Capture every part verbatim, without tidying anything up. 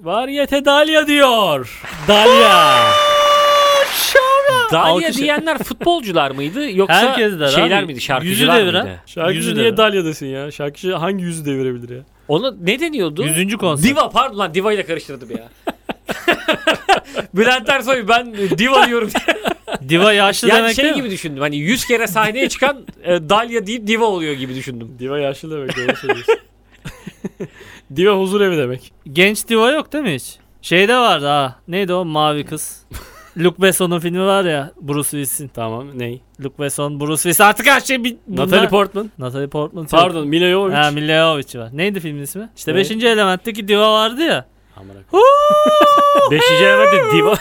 Varyete Dalya diyor. Dalya. Dalya Alkış- diyenler futbolcular mıydı yoksa Herkes der şeyler abi. miydi, Yüzü şarkıcılar deviren. mıydı? Şarkıcı Yüzü niye de- Dalya desin ya? Şarkıcı hangi yüzü devirebilir ya? Onu ne deniyordu? Yüzüncü konser. Diva, pardon lan, Diva ile karıştırdım ya. Bülent Ersoy, ben Diva diyorum. Diva yaşlı Yani demek şey değil gibi mi? düşündüm. Hani yüz kere sahneye çıkan e, Dalya deyip Diva oluyor gibi düşündüm. Diva yaşlı demek, doğru söylüyorsun. Diva huzur evi demek. Genç diva yok değil mi hiç? Şeyde vardı ha. Neydi o mavi kız? Luc Besson'un filmi var ya. Bruce Willis'in. Tamam, ney? Luc Besson, Bruce Willis. Artık her şey bir... Natalie Portman. Natalie Portman. Pardon, Mila Jovovich. Ha, Mila Jovovich var. Neydi filmin ismi? İşte Ne? beşinci elementteki diva vardı ya. Amına Beşinci elemette Diva.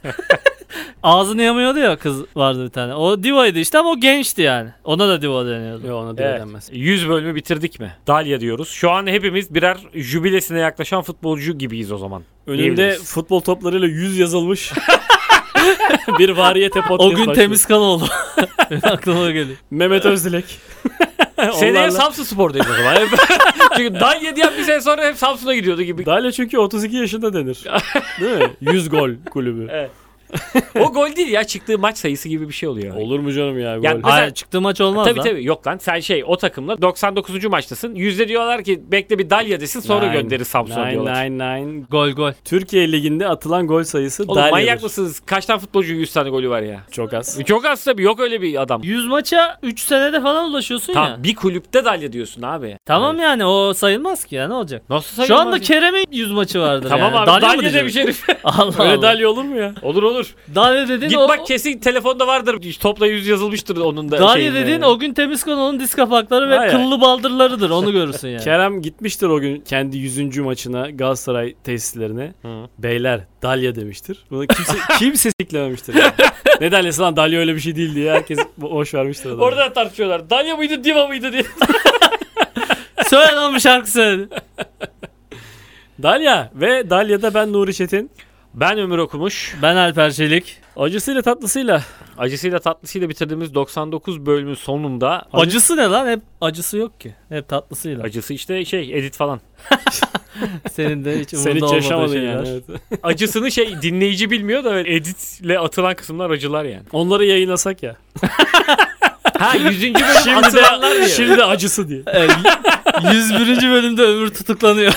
Ağzını yamıyordu ya, kız vardı bir tane. O divaydı işte ama o gençti yani. Ona da diva deniyordu. Yok, ona diva Evet. denmez. yüz bölümü bitirdik mi? Dalya diyoruz. Şu an hepimiz birer jübilesine yaklaşan futbolcu gibiyiz o zaman. Önümde diyebiliriz. futbol toplarıyla yüz yazılmış bir Varyete podcast O gün başlıyor. temiz kan oldu. Benim aklıma o geliyor. Mehmet Özdilek. Seneye Onlarla- Samsun Spor'dayız o zaman. Çünkü Dalya diyen bir sene sonra hep Samsun'a gidiyordu gibi. Dalya çünkü otuz iki yaşında denir. Değil mi? yüz gol kulübü. Evet. O gol değil ya, çıktığı maç sayısı gibi bir şey oluyor. Olur mu canım ya gol? Yani- Mesela- Hayır, çıktığı maç olmaz Tabii lan. tabii, yok lan, sen şey, o takımla doksan dokuzuncu maçtasın. Yüzde diyorlar ki bekle bir Dalya desin, sonra Nine, gönderir Samsun'a nine, diyorlar. nine, nine. Gol gol. Türkiye Ligi'nde atılan gol sayısı Oğlum Dalya'dır. manyak mısınız? Kaç tane futbolcunun yüz tane golü var ya? Çok az. Çok az tabii, yok öyle bir adam. yüz maça üç senede falan ulaşıyorsun Tamam, ya. bir kulüpte Dalya diyorsun abi. Tamam yani o sayılmaz ki ya, ne olacak? Nasıl Şu sayılmaz anda ya? Kerem'in yüz maçı vardır Tamam yani. abi, Dalya mı Dalya diyeceğim? demiş herif. Allah Öyle Allah. Dalya olur mu ya? Olur olur. Dalya dediğin Git o... bak, kesin telefonda vardır. Topla yüz yazılmıştır onun da. Dalya şeyinde. dediğin o gün temiz kanalın diz kapakları ve Hayır. kıllı baldırlarıdır, onu görürsün yani. Kerem gitmiştir o gün kendi yüzüncü maçına Galatasaray tesislerine. Hı. Beyler Dalya demiştir. Bunu kimse kimse siklememiştir. Yani. Ne Dalya'sı lan, Dalya öyle bir şey değil diye herkes boş vermiştir adamı. Orada tartışıyorlar. Dalya mıydı, Diva mıydı diye. Söyle lan bir şarkı söyle. Dalya ve Dalya'da ben Nuri Çetin. Ben Ömür Okumuş. Ben Alper Çelik. Acısıyla tatlısıyla. Acısıyla tatlısıyla bitirdiğimiz doksan dokuz bölümün sonunda Acısı ne lan? Hep acısı yok ki. Hep tatlısıyla. acısı işte şey, edit falan. Senin de hiç Sen umurunda hiç olmadığı yaşamadın şeyler. yani. Evet. Acısını şey, dinleyici bilmiyor da editle atılan kısımlar acılar yani. Onları yayınlasak ya. Ha, yüzüncü bölüm Şimdi atılanlar de, diyor. şimdi acısı diye. Evet, yüz birinci bölümde Ömür tutuklanıyor.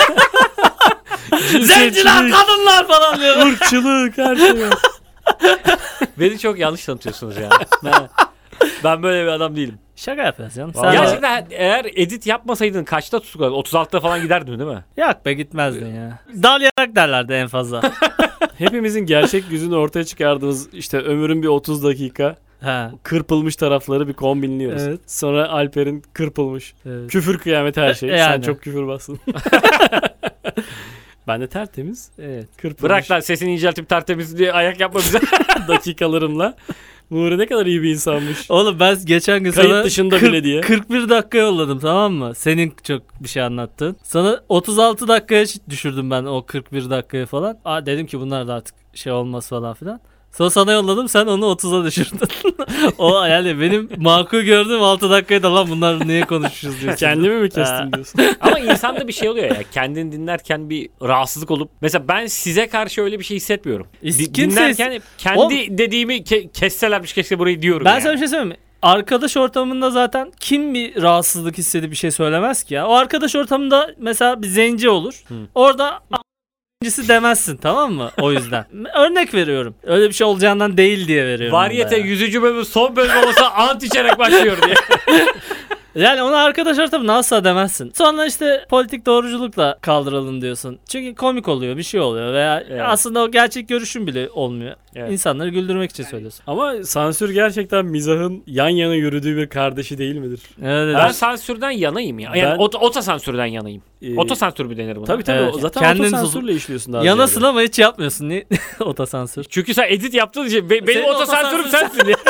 Zenciler, kadınlar falan diyor. Irkçılık, her şey var. Beni çok yanlış tanıtıyorsunuz ya. Ben, ben böyle bir adam değilim. Şaka yapıyorsun canım. Vallahi- Sen Gerçekten eğer edit yapmasaydın kaçta tutukladın? otuz altıda falan giderdin değil mi? Yok be, gitmezdin ya. Dalyarak derlerdi en fazla. Hepimizin gerçek yüzünü ortaya çıkardığımız işte Ömür'ün bir otuz dakika Ha. kırpılmış tarafları bir kombinliyoruz. Evet. Sonra Alper'in kırpılmış. Evet. Küfür kıyamet her şey. E, yani. Sen çok küfür bassın. Ben de tertemiz. Evet. Kırpılmış Bırak lan, sesini inceltip tertemiz diye ayak yapma bize. dakikalarımla. Nuri ne kadar iyi bir insanmış. Oğlum ben geçen gün Kayıt sana dışında kırk- bile diye. kırk bir dakika yolladım, tamam mı? Senin çok bir şey anlattın. Sana otuz altı dakikaya düşürdüm ben o kırk bir dakikayı falan. Aa, dedim ki bunlar da artık şey olmaz falan filan. Sonra sana yolladım, sen onu otuza düşürdün. O yani benim makul gördüğüm altı dakikayı da lan bunlar niye konuşuyoruz diyorsun. Kendimi mi kestim Ha. diyorsun? Ama insanda bir şey oluyor ya. Kendini dinlerken bir rahatsızlık olup. Mesela ben size karşı öyle bir şey hissetmiyorum. İs- Di- kimse- dinlerken kendi Oğlum- dediğimi ke- kesselermiş keşke burayı diyorum Ben yani. sana bir şey söyleyeyim mi? Arkadaş ortamında zaten kim bir rahatsızlık hissedip bir şey söylemez ki ya. O arkadaş ortamında mesela bir zenci olur. Hı. Orada zencisi demezsin, tamam mı? O yüzden. Örnek veriyorum. Öyle bir şey olacağından değil diye veriyorum. Varyete ben ya. yüzüncü bölümün son bölümü olsa ant içerek başlıyor diye. Yani ona arkadaş ortamında asla demezsin. Sonra işte politik doğruculukla kaldıralım diyorsun. Çünkü komik oluyor, bir şey oluyor veya Evet. aslında o gerçek görüşün bile olmuyor. Evet. İnsanları güldürmek için söylüyorsun. Ama sansür gerçekten mizahın yan yana yürüdüğü bir kardeşi değil midir? Evet, Ben evet. sansürden yanayım ya. Yani Ben- ot- otosansürden yanayım. Ee, Otosansür mü denir buna? Tabii tabii. Evet. o Zaten Kendin otosansürle işliyorsun daha Yanasın ziyade. ama hiç yapmıyorsun. Niye? Otosansür. Çünkü sen edit yaptığın için be- benim Senin otosansürüm otosansürün sensin diye.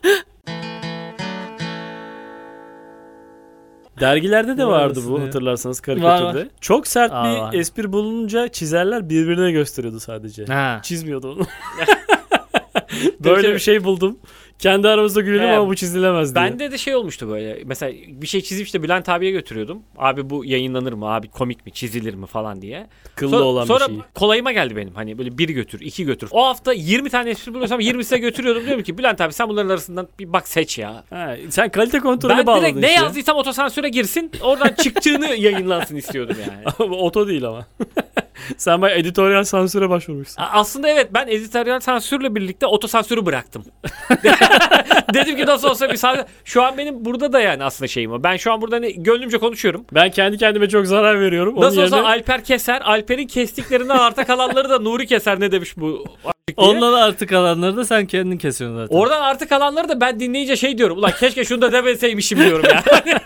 Dergilerde de vardı Varasın bu, ya. hatırlarsanız, Var, karikatürde. var. Çok sert Aa, bir var. espri bulununca çizerler birbirine gösteriyordu sadece. Ha. Çizmiyordu onu. Böyle bir şey buldum. Kendi aramızda gülelim He. ama bu çizilemez diye. Bende de şey olmuştu böyle. Mesela bir şey çizip işte Bülent abiye götürüyordum. Abi bu yayınlanır mı? Abi komik mi? Çizilir mi falan diye. Kıllı Sonra, olan sonra bir şey. kolayıma geldi benim. Hani böyle bir götür, iki götür. O hafta yirmi tane espri buluyorsam yirmisine götürüyordum. Diyorum ki Bülent abi sen bunların arasından bir bak seç ya. Ha, sen kalite kontrolüne Ben bağladın direkt ne işte. yazdıysam otosansüre girsin. Oradan çıktığını yayınlansın istiyordum yani. Ama oto değil ama. Sen bayağı editoryal sansüre başvurmuşsun. A- Aslında evet ben editoryal sansürle birlikte otosansürü bıraktım. Dedim ki nasıl olsa bir sansür. Şu an benim burada da yani aslında şeyim o. Ben şu an burada hani gönlümce konuşuyorum. Ben kendi kendime çok zarar veriyorum. Onun Nasıl olsa yerine- Alper keser. Alper'in kestiklerinden arta kalanları da Nuri keser ne demiş bu a**lık diye. Ondan artık kalanları da sen kendin kesiyorsun zaten. Oradan artık kalanları da ben dinleyince şey diyorum. Ulan keşke şunu da demeseymişim diyorum ya.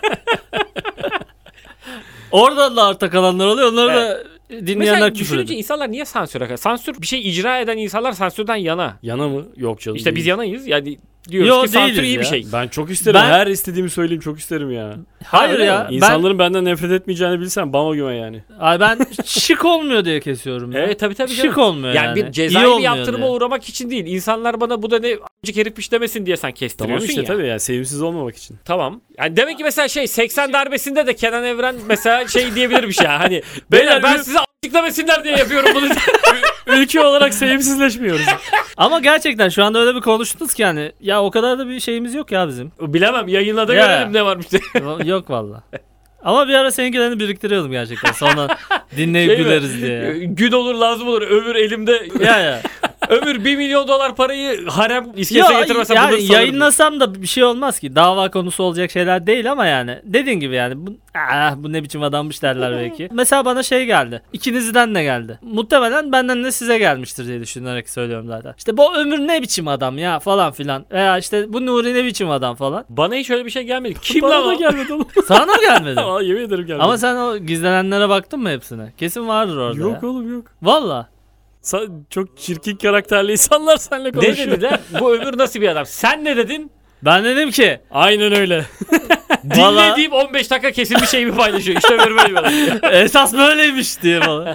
Oradan da arta kalanlar oluyor. Onları Evet. da dinleyenler Mesela küfür düşününce ediyor. insanlar niye sansüre kadar? Sansür bir şey icra eden insanlar sansürden yana. Yana mı? Yok canım. İşte biz değil. yanayız. Yani diyoruz Yo, ki sansür değiliz iyi bir ya. şey. Ben çok isterim. Ben- Her istediğimi söyleyeyim çok isterim ya. Hayır öyle ya. mi? İnsanların benden nefret etmeyeceğini bilsem bama güven yani. Ben, ay ben şık olmuyor diye kesiyorum ya. Evet tabii tabii. Şık canım. olmuyor yani. Yani bir İyi cezai bir olmuyor yaptırıma diye. uğramak için değil. İnsanlar bana bu da ne a**cık herifmiş demesin diye sen Tamam kestiriyorsun işte ya. tabii ya sevimsiz olmamak için. Tamam. Yani demek ki mesela şey seksen darbesinde de Kenan Evren mesela şey diyebilirmiş ya. Hani beyler ben size a**cık demesinler diye yapıyorum bunu. Ülke olarak sevimsizleşmiyoruz. Ama gerçekten şu anda öyle bir konuştunuz ki yani. Ya o kadar da bir şeyimiz yok ya bizim. Bilemem yayınladı Ya. görelim ne varmış diye. Yok valla. Ama bir ara seninkilerini biriktiriyordum gerçekten. Sonra dinleyip Şey mi? güleriz diye. ya. Gün olur lazım olur. Ömür elimde. Ya ya. Ömür bir milyon dolar parayı harem iskelesine Ya, getirmesem yani bunu sanırım. yayınlasam da bir şey olmaz ki. Dava konusu olacak şeyler değil ama yani. Dediğin gibi yani. Bu, ah, bu ne biçim adammış derler belki. Mesela bana şey geldi. İkinizden de geldi. Muhtemelen benden de size gelmiştir diye düşünerek söylüyorum zaten. İşte bu Ömür ne biçim adam ya falan filan. Veya işte bu Nuri ne biçim adam falan. Bana hiç öyle bir şey gelmedi. Kim Bana lan da o? gelmedi oğlum. Sana da mı gelmedi? Aa, yemin ederim gelmedi. Ama sen o gizlenenlere baktın mı hepsine? Kesin vardır orada Yok ya. oğlum yok. Valla. Sa- çok çirkin karakterli insanlar seninle Ne konuşuyor. dediler? Bu Ömür nasıl bir adam? Sen ne dedin? Ben dedim ki Aynen öyle. Dinle Vallahi- deyip on beş dakika kesilmiş şeyimi paylaşıyor. İşte Ömür böyle bir adam. esas böyleymiş diye falan.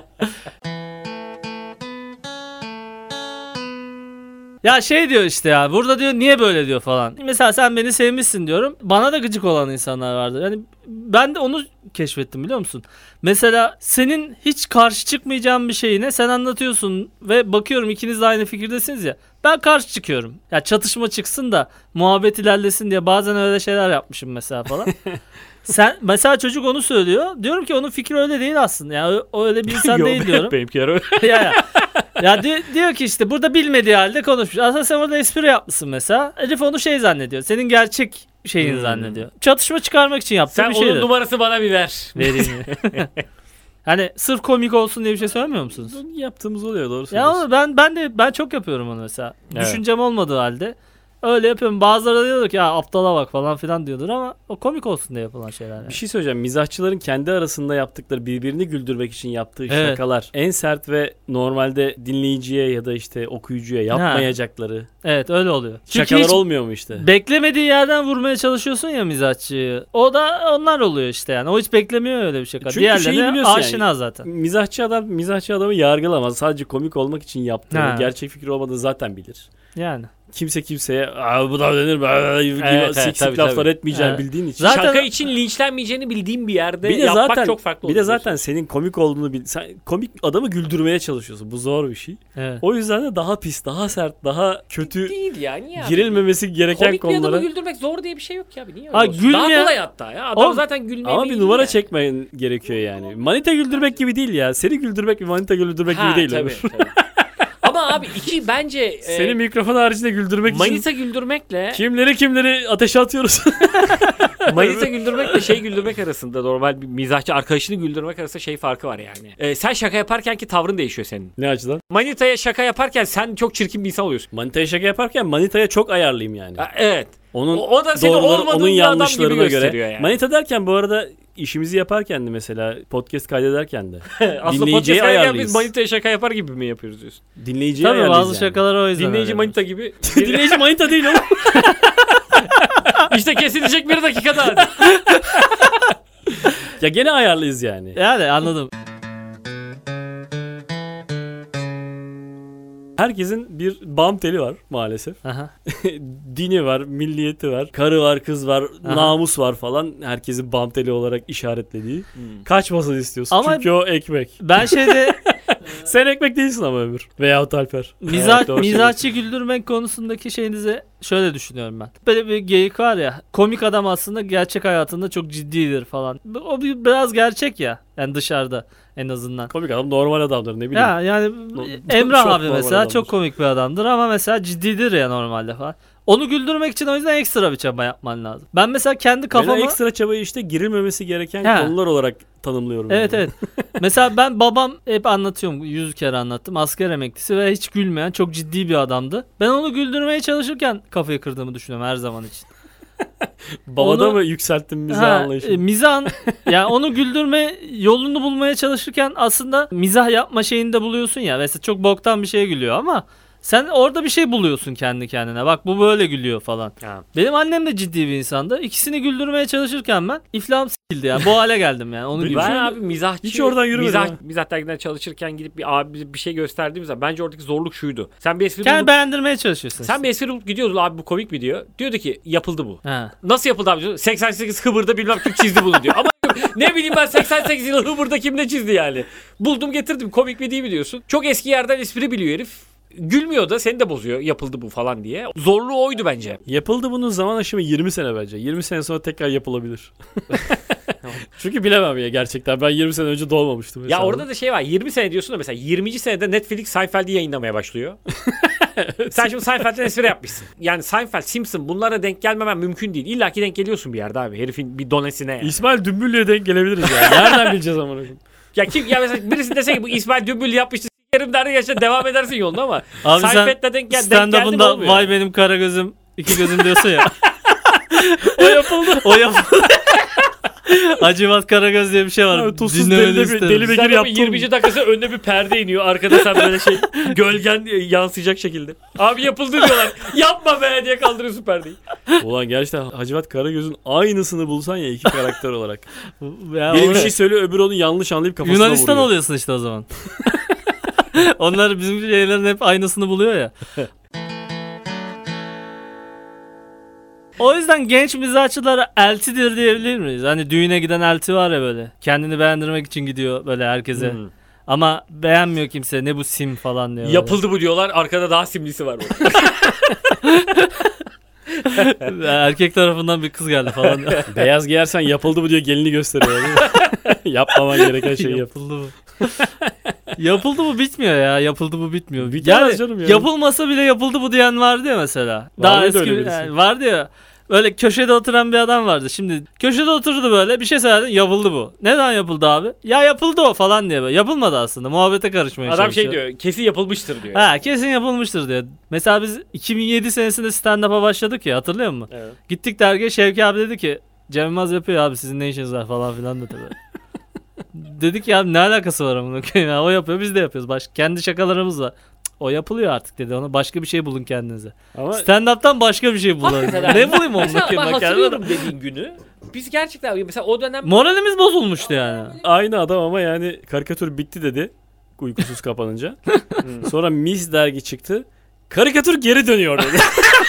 Ya şey diyor işte ya burada diyor niye böyle diyor falan. Mesela sen beni sevmişsin diyorum. Bana da gıcık olan insanlar vardı. Yani ben de onu keşfettim biliyor musun? Mesela senin hiç karşı çıkmayacağın bir şeyine sen anlatıyorsun ve bakıyorum ikiniz de aynı fikirdesiniz ya. Ben karşı çıkıyorum. Ya çatışma çıksın da muhabbet ilerlesin diye bazen öyle şeyler yapmışım mesela falan. Sen mesela çocuk onu söylüyor. Diyorum ki onun fikri öyle değil aslında. Yani o öyle bir insan Yok, değil diyorum. Benimkiler öyle. ya ya. Ya di- diyor ki işte burada bilmediği halde konuşmuş. Aslında sen orada espri yapmışsın mesela. Herif onu şey zannediyor. Senin gerçek şeyini Hmm. zannediyor. Çatışma çıkarmak için yaptığı Sen bir onun şeydi. numarası bana bir ver. Vereyim. Hani sırf komik olsun diye bir şey söylemiyor musunuz? Yaptığımız oluyor doğru Ya söylüyorsun. ama ben ben de ben çok yapıyorum onu mesela. Evet. Düşüncem olmadığı halde öyle yapıyorum. Bazıları diyordur ki ya aptala bak falan filan diyordur ama o komik olsun diye yapılan şeyler. Yani. Bir şey söyleyeceğim. Mizahçıların kendi arasında yaptıkları birbirini güldürmek için yaptığı Evet. şakalar en sert ve normalde dinleyiciye ya da işte okuyucuya yapmayacakları Evet öyle oluyor. Çünkü şakalar hiç olmuyor mu işte? beklemediği yerden vurmaya çalışıyorsun ya mizahçıyı. O da onlar oluyor işte yani. O hiç beklemiyor öyle bir şaka. Çünkü Diğerlerine şeyi biliyorsun aşina yani. zaten. Mizahçı adam mizahçı adamı yargılamaz. Sadece komik olmak için yaptığını, Ha. gerçek fikri olmadığını zaten bilir. Yani. Kimse kimseye Aa, bu da denir mi? Aa, gibi evet, sik sik tabii, laflar tabii. etmeyeceğini Evet. bildiğin için. Zaten- Şaka için linçlenmeyeceğini bildiğim bir yerde Bir de yapmak zaten çok farklı bir de oluyor. zaten senin komik olduğunu bil. Sen komik adamı güldürmeye çalışıyorsun. Bu zor bir şey. Evet. O yüzden de daha pis, daha sert, daha kötü değil yani ya. girilmemesi gereken Komik bir konulara. adamı güldürmek zor diye bir şey yok ya abi. Niye öyle Ha, olsun? gülmeyen- Daha kolay hatta ya. Adam Oğlum, zaten gülmeyi Ama bir biliyor numara yani. çekmen gerekiyor yani. Manita güldürmek gibi değil ya. Seni güldürmek bir manita güldürmek Ha, gibi değil. tabii, Ömür. tabii. Ama abi iki bence e, Seni mikrofon haricinde güldürmek için manita güldürmekle kimleri kimleri ateşe atıyoruz. manita güldürmekle şey güldürmek arasında normal bir mizahçı arkadaşını güldürmek arasında şey farkı var yani. E, sen şaka yaparken ki tavrın değişiyor senin. Ne açıdan? Manitaya şaka yaparken sen çok çirkin bir insan oluyorsun. Manitaya şaka yaparken manitaya çok ayarlıyım yani. Ha, evet. Onun O, o da seni doğruları, olmadığın onun bir adam gibi yanlışlarına gösteriyor göre. yani. Manita derken bu arada işimizi yaparken de mesela podcast kaydederken de Aslında podcast dinleyiciye kaydederken ayarlıyız. biz manitaya şaka yapar gibi mi yapıyoruz diyorsun? dinleyiciye Tabii ayarlıyız bazı yani. şakalar o yüzden. Dinleyici öyle. manita gibi. Dinleyici manita değil oğlum. İşte kesilecek bir dakika daha. Ya gene ayarlıyız yani. Yani anladım. Herkesin bir bam teli var maalesef. Aha. Dini var, milliyeti var, karı var, kız var, Aha. namus var falan. Herkesin bam teli olarak işaretlediği. Hmm. Kaçmasını istiyorsun Ama- çünkü o ekmek. Ben şeyde Sen ekmek değilsin ama Ömür. Veyahut Alper. mizah, Evet, doğru mizahçı güldürmek konusundaki şeyinizi şöyle düşünüyorum ben. Böyle bir geyik var ya, komik adam aslında gerçek hayatında çok ciddidir falan. O bir, biraz gerçek ya. Yani dışarıda en azından. Komik adam normal adamdır ne bileyim. Ya yani No- Emrah çok abi normal mesela adamdır. çok komik bir adamdır ama mesela ciddidir ya normalde falan. Onu güldürmek için o yüzden ekstra bir çaba yapman lazım. Ben mesela kendi Kafama... kafama... ekstra çabayı işte girilmemesi gereken He. konular olarak tanımlıyorum. Evet yani. evet. Mesela ben babam hep anlatıyorum. Yüz kere anlattım. Asker emeklisi ve hiç gülmeyen çok ciddi bir adamdı. Ben onu güldürmeye çalışırken kafayı kırdığımı düşünüyorum her zaman için. Babada Onu- mı yükselttin mizah Ha, anlayışını? e, mizah yani onu güldürme yolunu bulmaya çalışırken aslında mizah yapma şeyini de buluyorsun ya. Mesela çok boktan bir şeye gülüyor ama sen orada bir şey buluyorsun kendi kendine. Bak bu böyle gülüyor falan. Ha. Benim annem de ciddi bir insandı. İkisini güldürmeye çalışırken ben iflahım s**ildi yani. Bu hale geldim yani. Onu Ben gibi. Ben Şöyle- abi mizahçı, hiç oradan yürümedim mizah, ha. mizah dergiden çalışırken gidip bir abi bir şey gösterdiğimiz zaman bence oradaki zorluk şuydu. Sen bir espri Kendi bulup, beğendirmeye çalışıyorsun. sen bir espri bulup gidiyordun abi bu komik mi diyor. Diyordu ki yapıldı bu. Ha. Nasıl yapıldı abi diyor. seksen sekiz Hıbır'da bilmem kim çizdi bunu diyor. Ama ne bileyim ben seksen sekiz yıl Hıbır'da kim ne çizdi yani. Buldum getirdim komik mi değil mi diyorsun. Çok eski yerden espri biliyor herif. Gülmüyor da seni de bozuyor yapıldı bu falan diye. Zorluğu oydu bence. Yapıldı bunun zaman aşımı yirmi sene bence. yirmi sene sonra tekrar yapılabilir. Çünkü bilemem ya gerçekten. Ben yirmi sene önce doğmamıştım. Ya mesela. orada da şey var yirmi sene diyorsun da mesela yirminci senede Netflix Seinfeld'i yayınlamaya başlıyor. Sen şimdi Seinfeld'den espri yapmışsın. Yani Seinfeld, Simpson bunlara denk gelmemen mümkün değil. İlla ki denk geliyorsun bir yerde abi. Herifin bir donesine yani. İsmail Dümbüllü'ye denk gelebiliriz yani. Nereden bileceğiz amına koyayım? Ya kim ya mesela birisi dese ki bu İsmail Dümbül yapmıştı s**erim der yaşa devam edersin yoluna ama Abi sen Seinfeld'le denk, gel, denk geldi mi stand-up'ında olmuyor. vay benim kara gözüm iki gözüm diyorsun ya. O yapıldı. O yapıldı. Hacivat Karagöz diye bir şey var. Abi, tuzsuz Dinlemeni deli de bir- isterim. deli bir- Sen Bekir de yaptı yirminci dakikası önüne bir perde iniyor. Arkada sen böyle şey gölgen yansıyacak şekilde. Abi yapıldı diyorlar. Yapma be diye kaldırıyorsun perdeyi. Ulan gerçekten Hacivat Karagöz'ün aynısını bulsan ya iki karakter olarak. Ya Biri bir orada- şey söylüyor öbürü onu yanlış anlayıp kafasına Yunanistan vuruyor. oluyorsun işte o zaman. Onlar bizim şeylerin hep aynısını buluyor ya. O yüzden genç mizahçılara eltidir diyebilir miyiz? Hani düğüne giden elti var ya böyle. Kendini beğendirmek için gidiyor böyle herkese. Hmm. Ama beğenmiyor kimse. Ne bu sim falan diyor. Yapıldı bu diyorlar. Arkada daha simlisi var. Böyle. Erkek tarafından bir kız geldi falan. Beyaz giyersen yapıldı bu diyor gelini gösteriyor. değil mi? Yapmaman gereken şeyi yap. Yapıldı bu. Yapıldı bu bitmiyor ya. Yapıldı bu bitmiyor. Bitemez yani, canım yani. yapılmasa bile yapıldı bu diyen vardı ya mesela. Var Daha mıydı eski öyle bir- birisi? yani vardı ya. Böyle köşede oturan bir adam vardı. Şimdi köşede oturdu böyle bir şey söyledi yapıldı bu. Neden yapıldı abi? Ya yapıldı o falan diye böyle. Yapılmadı aslında. Muhabbete karışmaya Adam çalışıyor. şey diyor. Kesin yapılmıştır diyor. Ha kesin yapılmıştır diyor. Mesela biz iki bin yedi senesinde stand-up'a başladık ya hatırlıyor musun? Evet. Gittik dergiye Şevki abi dedi ki Cem Yılmaz yapıyor abi sizin ne işiniz var falan filan dedi böyle. Dedik ya abi ne alakası var amına koyayım ya o yapıyor biz de yapıyoruz. Baş kendi şakalarımız var. Cık, o yapılıyor artık dedi ona başka bir şey bulun kendinize. Ama Stand-up'tan başka bir şey bulun. Hakikaten. Ne bulayım onu Mesela ben bakayım bak hatırlıyorum dediğin günü. Biz gerçekten mesela o dönem Moralimiz bozulmuştu yani. aynı adam ama yani karikatür bitti dedi. Uykusuz kapanınca. Sonra Miss dergi çıktı. Karikatür geri dönüyor dedi.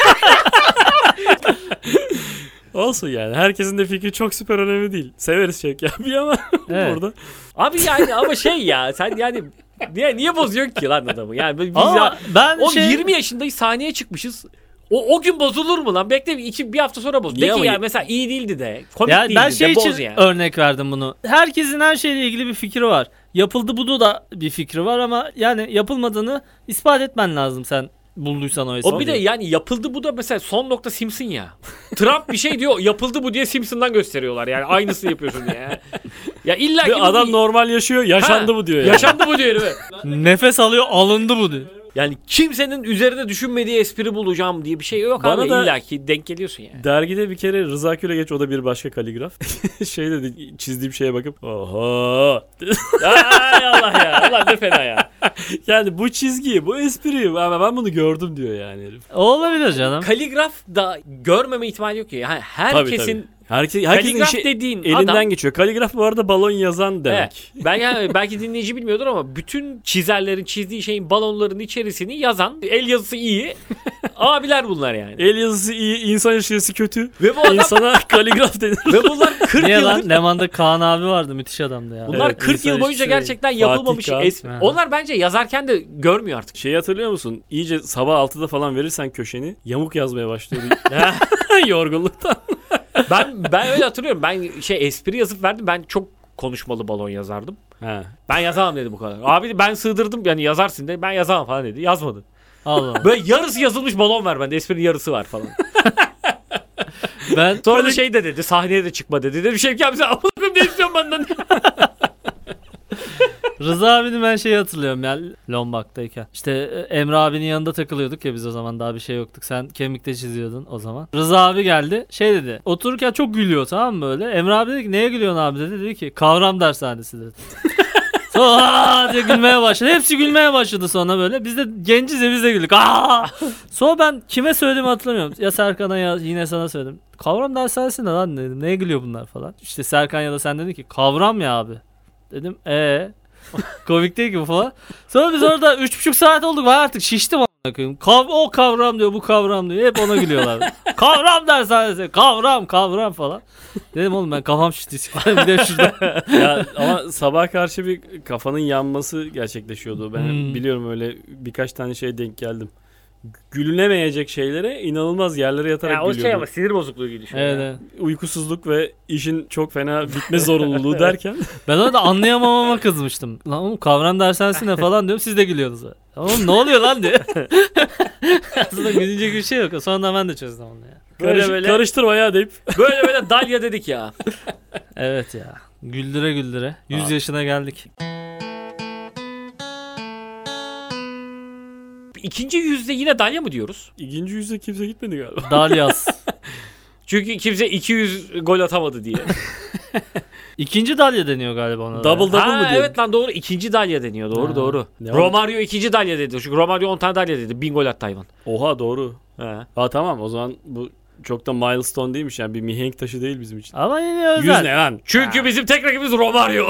Olsun yani. Herkesin de fikri çok süper önemli değil. Severiz Şevki abi ama Evet. burada. abi yani ama şey ya sen yani niye, niye bozuyorsun ki lan adamı? Yani biz Ama ya ben o şey... yirmi yaşındayız sahneye çıkmışız. O, o gün bozulur mu lan? Bekle iki, bir hafta sonra boz. De Niye ki ama- ya mesela iyi değildi de. Komik Ya değildi ben de. şey boz için yani. örnek verdim bunu. Herkesin her şeyle ilgili bir fikri var. Yapıldı bunu da bir fikri var ama yani yapılmadığını ispat etmen lazım sen bulduysan o ismi. O bir de yani yapıldı bu da mesela son nokta Simpson ya. Trump bir şey diyor yapıldı bu diye Simpson'dan gösteriyorlar yani aynısını yapıyorsun ya. Ya illa ki Ve bu adam bir- normal yaşıyor. Yaşandı Ha, bu diyor yani. Yaşandı bu diyor herife. Nefes alıyor alındı bu diyor. Yani kimsenin üzerine düşünmediği espri bulacağım diye bir şey yok Bana abi. da- İlla ki denk geliyorsun yani. Dergide bir kere Rıza Kölegeç o da bir başka kaligraf. şey dedi çizdiğim şeye bakıp oho. Ay Allah ya. Allah ne fena ya. Yani bu çizgiyi, bu espriyi ama ben bunu gördüm diyor yani herif. O olabilir canım. Kaligraf da görmeme ihtimali yok ki. Yani herkesin Tabii, tabii. Herkes, herkesin kaligraf işi dediğin elinden adam, geçiyor. Kaligraf bu arada balon yazan demek. Evet. Ben yani belki dinleyici bilmiyordur ama bütün çizerlerin çizdiği şeyin balonların içerisini yazan, el yazısı iyi abiler bunlar yani. El yazısı iyi, insan yaşayışı kötü. Ve bu adam İnsana kaligraf denir. ve bunlar kırk Niye lan? yıldır Leman'da Kaan abi vardı, müthiş adamdı ya. bunlar Evet, kırk yıl insan boyunca işçisi, gerçekten Fatih yapılmamış Kağan. es- Aha. Onlar bence yazarken de görmüyor artık. Şeyi hatırlıyor musun? İyice sabah altıda falan verirsen köşeni yamuk yazmaya başlıyor. Yorgunluktan. ben ben öyle hatırlıyorum. Ben şey espri yazıp verdim. Ben çok konuşmalı balon yazardım. Ha. Ben yazamam dedi bu kadar. Abi ben sığdırdım yani yazarsın dedi. Ben yazamam falan dedi. Yazmadı. Allah Allah. Böyle yarısı yazılmış balon ver bende. Esprinin yarısı var falan. Ben Sonra da şey de dedi. Sahneye de çıkma dedi. Dedim Şevki abi sen amına ne istiyorsun benden? Rıza abinin ben şeyi hatırlıyorum ya Lombak'tayken. İşte e, Emre abinin yanında takılıyorduk ya biz o zaman, daha bir şey yoktuk. Sen kemikte çiziyordun o zaman. Rıza abi geldi şey dedi. Otururken çok gülüyor, tamam mı böyle. Emre abi dedi ki neye gülüyorsun abi dedi. Dedi ki kavram dershanesi dedi. Sonra "Aa!" diye gülmeye başladı. Hepsi gülmeye başladı sonra böyle. Biz de genciz ya, biz de güldük. Aa! Sonra ben kime söylediğimi hatırlamıyorum. Ya Serkan'a ya yine sana söyledim. Kavram dershanesi ne lan dedim. Neye gülüyor bunlar falan. İşte Serkan ya da sen dedin ki kavram ya abi. Dedim ee komik değil ki bu falan. Sonra biz orada üç buçuk saat olduk. Ben artık şiştim a**ına koyayım. Kav o kavram diyor, bu kavram diyor. Hep ona gülüyorlar. Kavram dershanesi. Kavram kavram falan. Dedim oğlum ben kafam şişti. Bir de şurada. Ya ama sabah karşı bir kafanın yanması gerçekleşiyordu. Ben Hmm. biliyorum öyle birkaç tane şeye denk geldim. Gülünemeyecek şeylere inanılmaz yerlere yatarak Ya o gülüyordu. şey ama sinir bozukluğu gibi düşün. Evet, ya. evet. Uykusuzluk ve işin çok fena bitme zorunluluğu derken Ben orada anlayamamama kızmıştım. Lan oğlum kavram dershanesi ne falan diyorum, siz de gülüyorsunuz. Oğlum ne oluyor lan diye. Aslında gülünecek bir şey yok. Sonra ben de çözdüm onu ya. Böyle karış- böyle- karıştırma ya deyip Böyle böyle dalya dedik ya. Evet ya. Güldüre güldüre. yüz Aa. yaşına geldik. İkinci yüzde yine dalya mı diyoruz? ikinci yüzde kimse gitmedi galiba. Dalyas. Çünkü kimse iki yüz gol atamadı diye. İkinci dalya deniyor galiba ona. da Double ya. double Ha, mı diyor? evet lan doğru. İkinci dalya deniyor. Doğru Ha. doğru. Ne Romario ikinci dalya dedi. Çünkü Romario on tane dalya dedi. Bin gol attı hayvan. Oha doğru. He. Ha tamam o zaman bu çok da milestone değilmiş yani bir mihenk taşı değil bizim için. Ama yine Yüz özel. ne lan? Çünkü bizim tek rakibimiz Romario.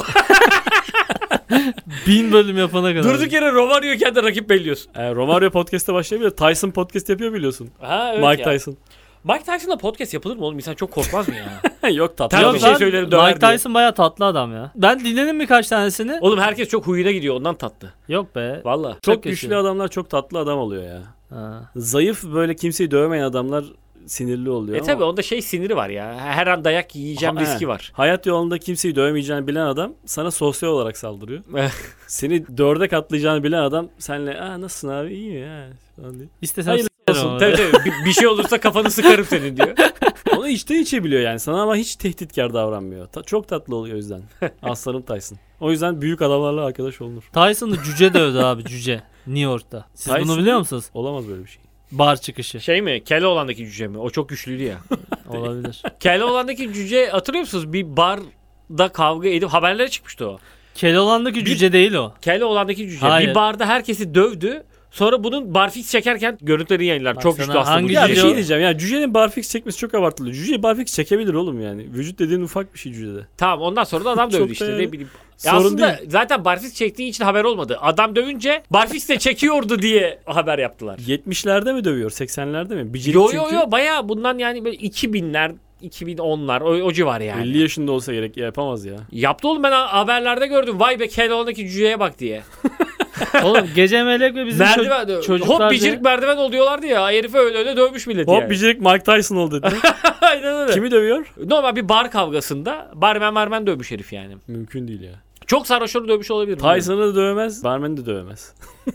Bin bölüm yapana kadar. Durduk yere Romario kendi rakip belliyorsun. E, Romario podcast'te başlayabilir. Tyson podcast yapıyor biliyorsun. Ha Mike Tyson. Mike Tyson'la podcast yapılır mı oğlum? İnsan çok korkmaz mı ya? Yok tatlı. Tamam, Yok bir şey lan, söylerim, döver Mike diye. Tyson bayağı tatlı adam ya. Ben dinledim birkaç tanesini. Oğlum herkes çok huyuna gidiyor. Ondan tatlı. Yok be. Valla. Çok Çok güçlü yaşıyor. adamlar çok tatlı adam oluyor ya. Ha. Zayıf böyle kimseyi dövemeyen adamlar sinirli oluyor E ama tabi onda şey siniri var ya. Her an dayak yiyeceğim Ha, riski he. var. hayat yolunda kimseyi dövemeyeceğini bilen adam sana sosyal olarak saldırıyor. Seni dörde katlayacağını bilen adam senle aa nasılsın abi iyi mi ya falan diye. İstesem Hayırlısı sıkarım olsun. ama. Tabii tabii. Bir, bir şey olursa kafanı sıkarım senin diyor. Onu içten içe biliyor yani sana ama hiç tehditkar davranmıyor. Ta- çok tatlı oluyor o yüzden. Aslanım Tyson. O yüzden büyük adamlarla arkadaş olunur. Tyson'ı cüce dövdü abi, cüce. New York'ta. Siz Tyson- bunu biliyor musunuz? Olamaz böyle bir şey. Bar çıkışı. Şey mi? Keloğlan'daki cüce mi? O çok güçlüydü ya. Olabilir. Keloğlan'daki cüce hatırlıyor musunuz? Bir barda kavga edip haberlere çıkmıştı o. Keloğlan'daki cüce değil o. Keloğlan'daki cüce. Hayır. Bir barda herkesi dövdü. Sonra bunun barfix çekerken görüntüleri yayınlar. Bak Çok sana güçlü aslında. hangi bu Ya bir cüce. şey diyeceğim ya cücenin barfix çekmesi çok abartılı. Cüce barfix çekebilir oğlum yani. Vücut dediğin ufak bir şey cücede. Tamam ondan sonra da adam Çok dövdü da işte yani ne bileyim. Ya sorun aslında değil. zaten barfix çektiği için haber olmadı. Adam dövünce barfix de çekiyordu diye haber yaptılar. yetmişlerde mi dövüyor? seksenlerde mi? Bicirik Yo yo çünkü yo baya bundan yani böyle iki binler iki bin onlar o, o civar yani. elli yaşında olsa gerek yapamaz ya. Yaptı oğlum ben ha- haberlerde gördüm. Vay be Keloğlan'daki cüceye bak diye. Oğlum gece melek ve bizim ço- Merdiven, çocuklar hop diye- bicirik merdiven ol diyorlardı ya. Herife öyle öyle dövmüş millet Hop yani. bicirik Mike Tyson oldu dedi. Aynen öyle. Kimi dövüyor? Normal bir bar kavgasında barmen barmen dövmüş herif yani. Mümkün değil ya. Çok sarhoşları dövmüş olabilir. bilmiyorum. Tyson'ı da dövemez, barmen'i de dövemez.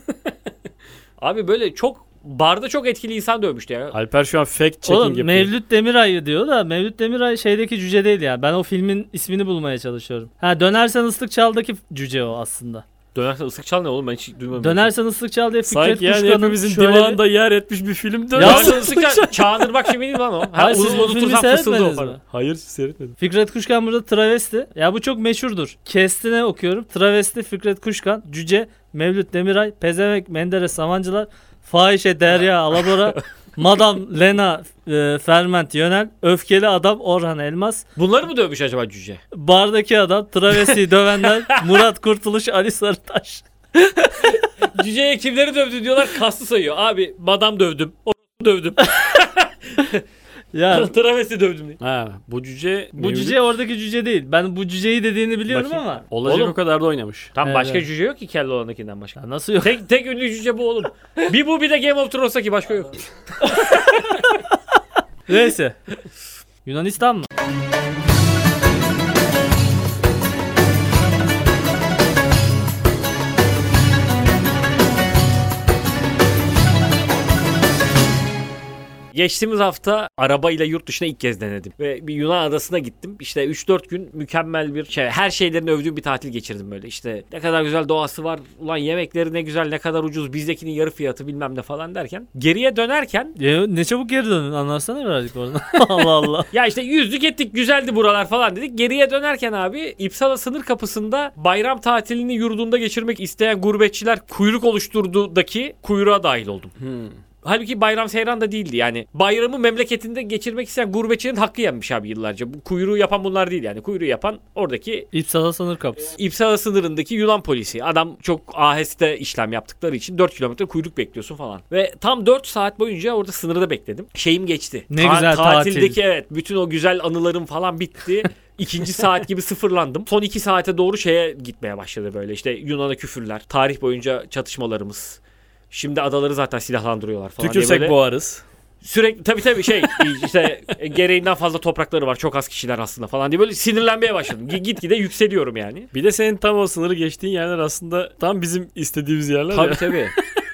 Abi böyle çok barda çok etkili insan dövmüştü ya. Alper şu an fact checking Oğlum yapıyor. Mevlüt Demiray'ı diyor da Mevlüt Demiray şeydeki cüce değil ya. Ben o filmin ismini bulmaya çalışıyorum. Ha Dönersen Islık Çal'daki cüce o aslında. Dönersen ıslık çal ne oğlum, ben hiç duymadım. Dönersen ıslık çal diye Fikret Sanki yani Kuşkan'ın hepimizin şöyle dimağında yer etmiş bir film. Ya Dönersen Dönersen ıslık çal. Çağınır bak şimdi lan o. Ha, Hayır, siz uzun bu filmi unutursan fısıldı o seyretmediniz falan. mi? Hayır seyretmedim. Fikret Kuşkan burada travesti. Ya bu çok meşhurdur. Kestine okuyorum. Travesti Fikret Kuşkan, Cüce, Mevlüt Demiray, Pezevenk Menderes Samancılar, Fahişe Derya Alabora, Madam Lena e, Ferment Yönel, Öfkeli Adam Orhan Elmas, Bunları mı dövmüş acaba Cüce? Bardaki Adam, Travesti Dövenler, Murat Kurtuluş, Ali Sarıtaş. Cüce'ye kimleri dövdü diyorlar, kaslı sayıyor. Abi madam dövdüm. O dövdüm. Ya Travesti dövdüm diye. Ha, bu cüce bu cüce oradaki cüce değil. Ben bu cüceyi dediğini biliyorum Bakayım. ama. olacak Oğlum. o kadar da oynamış. Tam Evet, başka evet. cüce yok ki kelle olandakinden başka. Ya nasıl yok? Tek tek ünlü cüce bu oğlum. Bir bu bir de Game of Thrones'taki başka yok. Neyse. Yunanistan mı? Geçtiğimiz hafta arabayla yurt dışına ilk kez denedim. Ve bir Yunan adasına gittim. İşte üç dört gün mükemmel bir şey. Her şeylerini övdüğüm bir tatil geçirdim böyle. İşte ne kadar güzel doğası var. Ulan yemekleri ne güzel, ne kadar ucuz. Bizdekinin yarı fiyatı bilmem ne falan derken. Geriye dönerken Ya ne çabuk geri döndün, anlatsana birazcık oradan. Allah Allah. ya işte yüzdük ettik, güzeldi buralar falan dedik. Geriye dönerken abi İpsala sınır kapısında bayram tatilini yurdunda geçirmek isteyen gurbetçiler kuyruk oluşturduğundaki kuyruğa dahil oldum. Hmm. Halbuki bayram seyran da değildi yani. Bayramı memleketinde geçirmek isteyen gurbetçinin hakkı yenmiş abi yıllarca. Bu kuyruğu yapan bunlar değil yani. Kuyruğu yapan oradaki İpsala sınır kapısı. İpsala sınırındaki Yunan polisi. Adam çok aheste işlem yaptıkları için dört kilometre kuyruk bekliyorsun falan. Ve tam dört saat boyunca orada sınırda bekledim. Şeyim geçti. Ne güzel tatil. Tatildeki evet bütün o güzel anılarım falan bitti. İkinci saat gibi sıfırlandım. Son iki saate doğru şeye gitmeye başladı böyle. İşte Yunan'a küfürler. Tarih boyunca çatışmalarımız. Şimdi adaları zaten silahlandırıyorlar falan diye Tükürsek böyle. boğarız. Sürekli tabii tabii şey işte gereğinden fazla toprakları var. Çok az kişiler aslında falan diye böyle sinirlenmeye başladım. G- Gitgide yükseliyorum yani. Bir de senin tam o sınırı geçtiğin yerler aslında tam bizim istediğimiz yerler Tabii ya. tabii.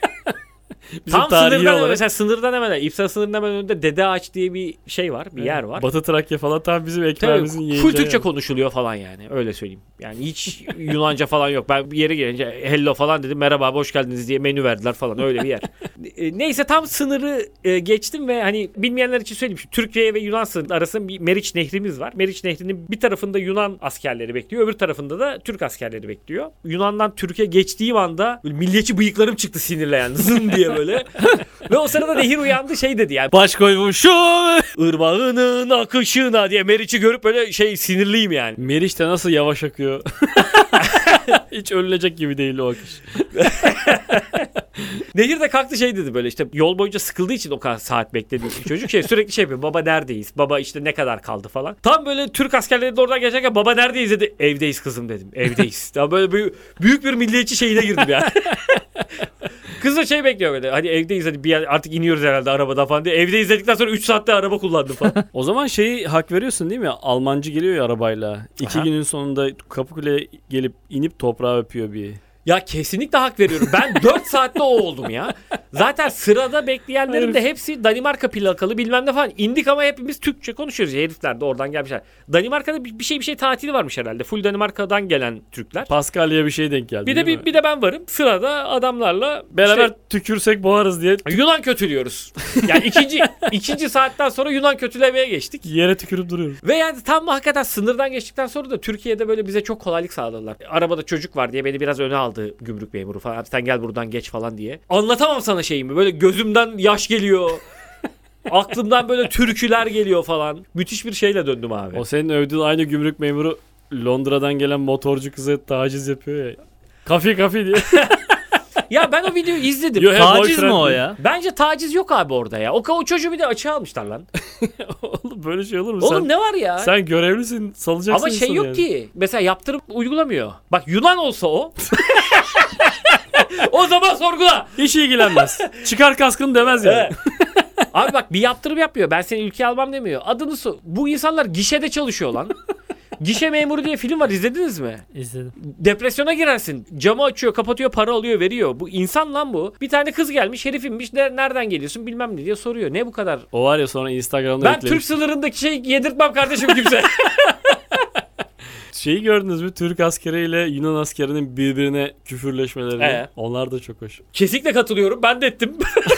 Bizim Tam tarihi sınırdan olarak. mesela sınırdan hemen İpsala sınırından hemen önünde Dede Ağaç diye bir şey var. Bir yer var. Batı Trakya falan tam bizim Tabii ekmeğimizin yiyeceği. full Türkçe yer. konuşuluyor falan yani. Öyle söyleyeyim. Yani hiç Yunanca falan yok. Ben bir yere gelince hello falan dedim. Merhaba hoş geldiniz diye menü verdiler falan. Öyle bir yer. E, Neyse tam sınırı e, geçtim ve hani bilmeyenler için söyleyeyim. Şu Türkiye ve Yunan sınırı arasında bir Meriç Nehrimiz var. Meriç Nehri'nin bir tarafında Yunan askerleri bekliyor. Öbür tarafında da Türk askerleri bekliyor. Yunan'dan Türkiye geçtiğim anda böyle milliyetçi bıyıklarım çıktı sinirle yani. Zın diye böyle. Ve o sırada Nehir uyandı şey dedi yani. Baş koymuşum. Irmağının akışına diye Meriç'i görüp böyle şey sinirliyim yani. Meriç de nasıl yavaş akıyor. Hiç ölünecek gibi değil o akış. Nehir de kalktı şey dedi böyle işte yol boyunca sıkıldığı için o kadar saat beklediği için çocuk şey sürekli şey yapıyor. Baba neredeyiz? Baba işte ne kadar kaldı falan. Tam böyle Türk askerleri de oradan geçerken baba neredeyiz dedi. Evdeyiz kızım dedim. Evdeyiz. Tam böyle büyük, büyük bir milliyetçi şeyine girdim yani. Kız da şey bekliyor böyle. Hadi evdeyiz hadi bir yer, artık iniyoruz herhalde arabadan falan diye. Evdeyiz dedikten sonra üç saatte araba kullandım falan. O zaman şeyi hak veriyorsun değil mi? Almancı geliyor ya arabayla. İki Aha. günün sonunda Kapıkule'ye gelip inip toprağı öpüyor bir. Ya kesinlikle hak veriyorum. Ben dört saatte o oldum ya. Zaten sırada bekleyenlerin de hepsi Danimarka plakalı bilmem ne falan. İndik ama hepimiz Türkçe konuşuyoruz. Ya, herifler de oradan gelmişler. Danimarka'da bir bir şey bir şey tatili varmış herhalde. Full Danimarka'dan gelen Türkler. Paskalya'ya bir şey denk geldi. Bir de değil bir, mi? bir de ben varım. Sırada adamlarla Beraber işte tükürsek boğarız diye Yunan kötülüyoruz. Yani ikinci ikinci saatten sonra Yunan kötülemeye geçtik. yere tükürüp duruyoruz. Ve yani tam hakikaten sınırdan geçtikten sonra da Türkiye'de böyle bize çok kolaylık sağladılar. Arabada çocuk var diye beni biraz öne aldı gümrük memuru falan. Sen gel buradan geç falan diye. Anlatamam sana şeyimi. Böyle gözümden yaş geliyor. Aklımdan böyle türküler geliyor falan. Müthiş bir şeyle döndüm abi. O senin övdüğün aynı gümrük memuru Londra'dan gelen motorcu kıza taciz yapıyor ya. Kafi kafi diye. Ya ben o videoyu izledim. Yo, he, Taciz mi boyfriend o diye. ya? Bence taciz yok abi orada ya. O, o çocuğu bir de açığa almışlar lan. Oğlum böyle şey olur mu? Oğlum sen, ne var ya? sen görevlisin, salacaksın Ama şey insanı yok yani. ki. Mesela yaptırıp uygulamıyor. Bak Yunan olsa o. O zaman sorgula. Hiç ilgilenmez. Çıkar kaskını demez yani. Evet. Abi bak bir yaptırım yapmıyor. Ben seni ülkeye almam demiyor. Adını so. Bu insanlar gişede çalışıyor lan. Gişe Memuru diye film var, izlediniz mi? İzledim. Depresyona girersin. Camı açıyor, kapatıyor, para alıyor, veriyor. Bu insan lan bu. Bir tane kız gelmiş, herif inmiş. "Ne- Nereden geliyorsun bilmem ne" diye soruyor. Ne bu kadar? O var ya sonra Instagram'da Ben eklemiş. Türk sınırındaki şey yedirtmem kardeşim kimse. Şeyi gördünüz mü? Türk askeriyle Yunan askerinin birbirine küfürleşmeleri. Ee? Onlar da çok hoş. Kesinlikle katılıyorum. Ben de ettim.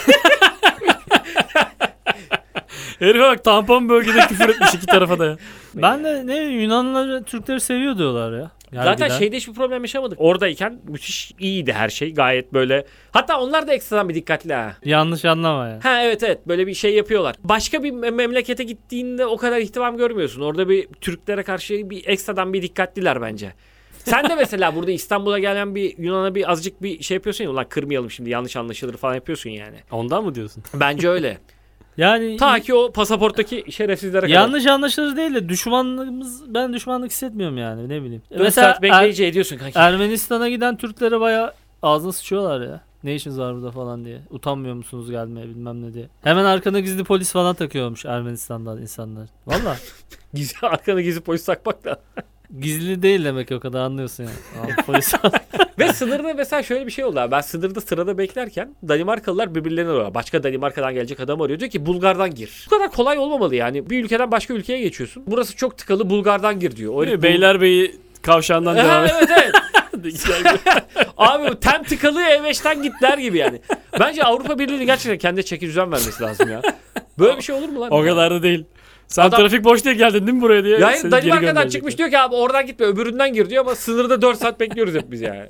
Herife bak tampon bölgede küfür etmiş iki tarafa da ya. Ben de ne Yunanlıları Türkleri seviyor diyorlar ya. Zaten Yargıdan. şeyde hiçbir problem yaşamadık. Oradayken müthiş iyiydi her şey. Gayet böyle. Hatta onlar da ekstradan bir dikkatli ha. Yanlış anlama ya. Ha evet evet böyle bir şey yapıyorlar. Başka bir me- memlekete gittiğinde o kadar ihtimam görmüyorsun. Orada bir Türklere karşı bir ekstradan bir dikkatliler bence. Sen de mesela burada İstanbul'a gelen bir Yunan'a bir azıcık bir şey yapıyorsun ya. Ulan kırmayalım şimdi yanlış anlaşılır falan yapıyorsun yani. Ondan mı diyorsun? Bence öyle. Yani Ta ki o pasaporttaki şerefsizlere kadar. yanlış anlaşılır değil de düşmanlığımız ben düşmanlık hissetmiyorum yani ne bileyim. dört saat bekleyici ediyorsun kanki. Er- Ermenistan'a giden Türklere bayağı ağzına sıçıyorlar ya. Ne işiniz var burada falan diye. Utanmıyor musunuz gelmeye bilmem ne diye. Hemen arkana gizli polis falan takıyormuş Ermenistan'dan insanlar. Valla. Gizli, arkana gizli polis takmak da. Gizli değil demek ki o kadar anlıyorsun yani. Abi, polis Ve sınırda mesela şöyle bir şey oldu abi. Ben sınırda sırada beklerken Danimarkalılar birbirlerini arıyor. Başka Danimarka'dan gelecek adam arıyor. Diyor ki Bulgar'dan gir. Bu kadar kolay olmamalı yani. Bir ülkeden başka ülkeye geçiyorsun. Burası çok tıkalı Bulgar'dan gir diyor. O herif Bul- Beylerbeyi kavşağından Ha, devam et. evet evet. Abi bu tem tıkalı E beşten git der gibi yani. Bence Avrupa Birliği'nin gerçekten kendi çeki düzen vermesi lazım ya. Böyle bir şey olur mu lan? O kadar da değil. Sen Adam- trafik boş diye geldin değil mi buraya diye. Ya seni geri Danimarka'dan gönderecekler. çıkmış diyor ki abi oradan gitme öbüründen gir diyor ama sınırda dört saat bekliyoruz hep biz yani.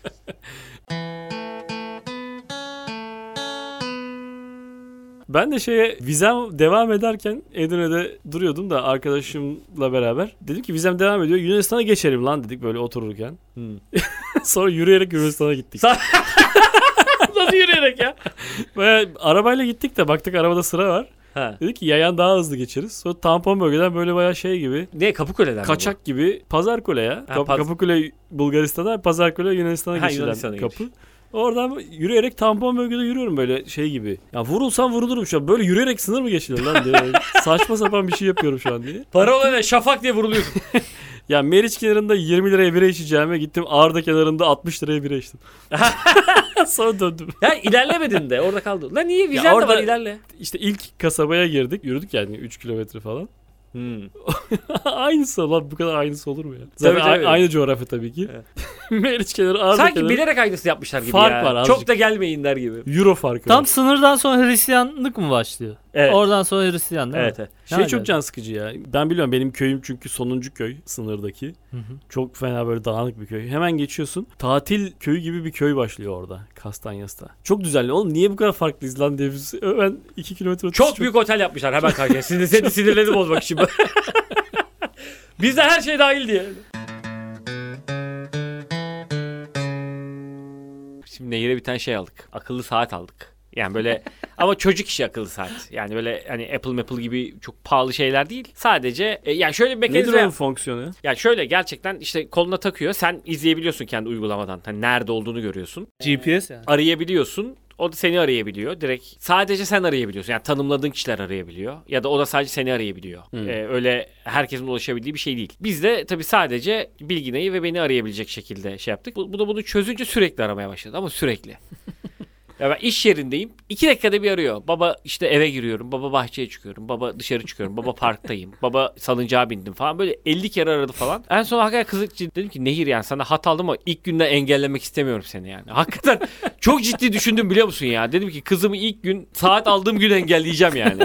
Ben de şeye vizem devam ederken Edirne'de duruyordum da arkadaşımla beraber. Dedim ki vizem devam ediyor. Yunanistan'a geçelim lan dedik böyle otururken. Sonra yürüyerek Yunanistan'a gittik. Nasıl yürüyerek ya? Baya arabayla gittik de baktık arabada sıra var. Ha. Dedik ki yayan daha hızlı geçeriz. Sonra tampon bölgeden böyle bayağı şey gibi. Ne Kapıkule'den mi bu? Kaçak gibi Pazarkule ya. Ha, Kap- Paz- Kapıkule Bulgaristan'a, Pazarkule Yunanistan'a Ha, geçilen Yunanistan'a kapı. Oradan yürüyerek tampon bölgede yürüyorum böyle şey gibi. Ya vurulsam vurulurum şu an. Böyle yürüyerek sınır mı geçilir lan diye. Saçma sapan bir şey yapıyorum şu an diye. Para olan ne? Şafak diye vuruluyorsun. Ya Meriç kenarında yirmi liraya bira içeceğime gittim Ağrı kenarında altmış liraya bira içtim. Sonra döndüm. Ya ilerlemedin de orada kaldın. Lan niye vizen Ya de orada- var ilerle. İşte ilk kasabaya girdik. Yürüdük yani üç kilometre falan. Hmm. Aynısı lan bu kadar aynısı olur mu ya? Tabii, Zaten tabii. a- aynı coğrafya tabii ki. Evet. Meriç kenarı Ağrı Sanki kenarı. bilerek aynısı yapmışlar gibi Fark ya. var azıcık. Çok da gelmeyin der gibi. Euro farkı Tam var. sınırdan sonra Hristiyanlık mı başlıyor? Evet. Oradan sonra Hristiyan değil Evet, mi? evet. Şey Yani. çok can sıkıcı ya. Ben biliyorum benim köyüm çünkü sonuncu köy sınırdaki. Hı hı. Çok fena böyle dağınık bir köy. Hemen geçiyorsun. Tatil köyü gibi bir köy başlıyor orada. Kastanyas'ta. Çok düzenli. Oğlum niye bu kadar farklıyız lan diye biz hemen iki kilometre ötesi Çok büyük otel yapmışlar hemen karşıya. Sinir, seni sinirleri bozmak için. Bizde her şey dahil diye. Şimdi Nehir'e bir tane şey aldık. Akıllı saat aldık. Yani böyle ama çocuk işi akıllı saat. Yani böyle hani Apple Apple gibi çok pahalı şeyler değil. Sadece e, yani şöyle bir Nedir mekanizma. onun fonksiyonu ya? Yani şöyle gerçekten işte koluna takıyor. Sen izleyebiliyorsun kendi uygulamadan. Hani nerede olduğunu görüyorsun. G P S yani. Arayabiliyorsun. O da seni arayabiliyor. Direkt sadece sen arayabiliyorsun. Yani tanımladığın kişiler arayabiliyor. Ya da o da sadece seni arayabiliyor. Hmm. Ee, öyle herkesin ulaşabildiği bir şey değil. Biz de tabii sadece Bilgine'yi ve beni arayabilecek şekilde şey yaptık. Bu, bu da bunu çözünce sürekli aramaya başladı. Ama sürekli. Ya ben iş yerindeyim. İki dakikada bir arıyor. Baba işte eve giriyorum. Baba bahçeye çıkıyorum. Baba dışarı çıkıyorum. Baba parktayım. Baba salıncağa bindim falan. Böyle elli kere aradı falan. En son hakikaten kızı dedim ki Nehir yani sana hat aldım ama ilk günden engellemek istemiyorum seni yani. Hakikaten çok ciddi düşündüm biliyor musun ya. Dedim ki kızımı ilk gün saat aldığım gün engelleyeceğim yani.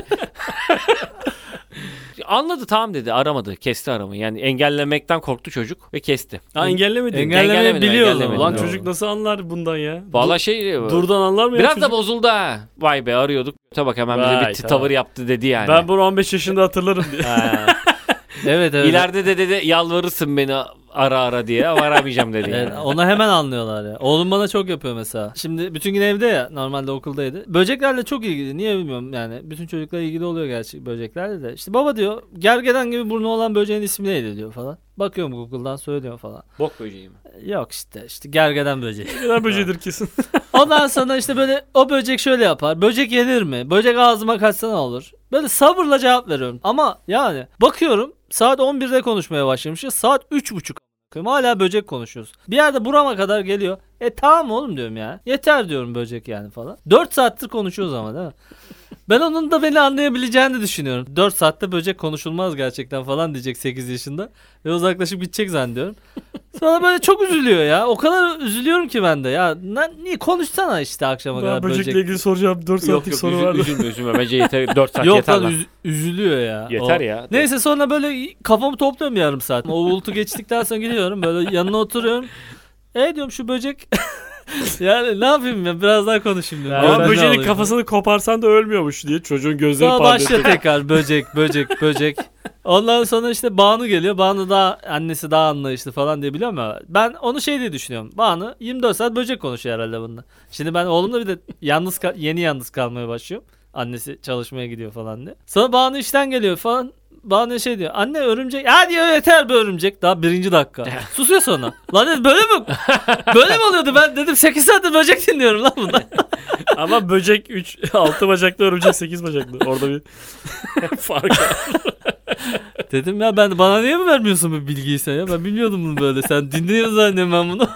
Anladı tamam dedi aramadı kesti aramayı yani engellemekten korktu çocuk ve kesti. Ha engellemedi. Engelleme Engellemedim, biliyor o engellemedim. zaman. Ulan Doğru. çocuk nasıl anlar bundan ya? Valla şey Durdan anlar mı ya biraz çocuk? da bozuldu ha. Vay be arıyorduk. Tabi bak hemen bize Vay, bir t- tamam. tavır yaptı dedi yani. Ben bunu on beş yaşında hatırlarım diye. Ha. Evet evet. İleride de dedi yalvarırsın beni ara ara diye ama aramayacağım dedi Evet, yani. onu hemen anlıyorlar ya. Oğlum bana çok yapıyor mesela. Şimdi bütün gün evde ya. Normalde okuldaydı. Böceklerle çok ilgili. Niye bilmiyorum yani. Bütün çocuklar ilgili oluyor gerçi böceklerle de. İşte baba diyor gergedan gibi burnu olan böceğin ismi neydi diyor falan. Bakıyorum Google'dan söylüyor falan. Bok böceği mi? Yok işte işte gergedan böceği. Neden böceğidir kesin. Ondan sonra işte böyle o böcek şöyle yapar. Böcek yenir mi? Böcek ağzıma kaçsa ne olur? Böyle sabırla cevap veriyorum. Ama yani bakıyorum saat on birde konuşmaya başlamışız. Saat üç buçuk. Hala böcek konuşuyoruz. Bir yerde burama kadar geliyor. E tamam oğlum diyorum ya. Yeter diyorum böcek yani falan. dört saattir konuşuyoruz ama değil mi? Ben onun da beni anlayabileceğini düşünüyorum. dört saatte böcek konuşulmaz gerçekten falan diyecek sekiz yaşında. Ve uzaklaşıp gidecek zannediyorum. Sonra böyle çok üzülüyor ya. O kadar üzülüyorum ki ben de. Ya ne, niye konuşsana işte akşama Daha kadar böcekle böcek. ilgili soracağım dört Yok saatlik yok soru üzül, vardı. üzülme üzülme. Bence yeter. dört saat Yok yeter lan lan. üz- üzülüyor ya. Yeter O- ya. Neyse sonra böyle kafamı topluyorum yarım saat. O uğultu geçtikten sonra gidiyorum. Böyle yanına oturuyorum. E diyorum şu böcek. Yani ne yapayım ya biraz daha konuşayım diyorum. Ama Ben ne böceğin alayım? kafasını koparsan da ölmüyormuş diye çocuğun gözleri Sonra parlıyor. başla tekrar böcek böcek böcek. Ondan sonra işte Banu geliyor. Banu daha annesi daha anlayışlı falan diye biliyorum ama ben onu şey diye düşünüyorum. Banu yirmi dört saat böcek konuşuyor herhalde bunda. Şimdi ben oğlumla bir de yalnız kal- yeni yalnız kalmaya başlıyorum. Annesi çalışmaya gidiyor falan diye. Sonra Banu işten geliyor falan. Bana şey diyor. Anne örümcek. Ya diyor yeter be örümcek. Daha birinci dakika. Susuyor sonra. Lan dedim böyle mi? Böyle mi oluyordu? Ben dedim sekiz saattir böcek dinliyorum lan bunda. Ama böcek üç altı bacaklı, örümcek sekiz bacaklı. Orada bir fark var. Dedim ya ben bana niye mi vermiyorsun bu bilgiyi sen ya? Ben bilmiyordum bunu böyle. Sen dinliyorsun zannediyorum ben bunu.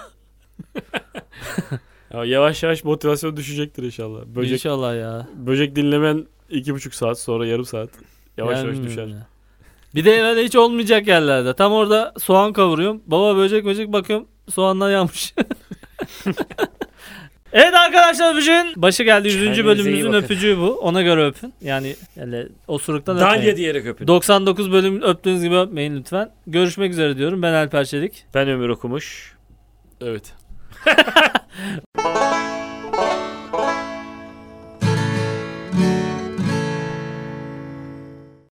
Ya yavaş yavaş motivasyon düşecektir inşallah. Böcek İnşallah ya. böcek dinlemen iki buçuk saat sonra yarım saat. Yavaş Yani yavaş bilmiyorum düşer. ya. Bir de öyle hiç olmayacak yerlerde. Tam orada soğan kavuruyorum. Baba böcek böcek bakıyorum. Soğanlar yanmış. Evet arkadaşlar bugün başı geldi. yüzüncü Kendinize iyi bölümümüzün bakın. öpücüğü bu. Ona göre öpün. Yani öyle osuruktan öpmeyin. Dalya diyerek öpün. doksan dokuz bölüm öptüğünüz gibi öpmeyin lütfen. Görüşmek üzere diyorum. Ben Alper Çelik. Ben Ömür Okumuş. Evet.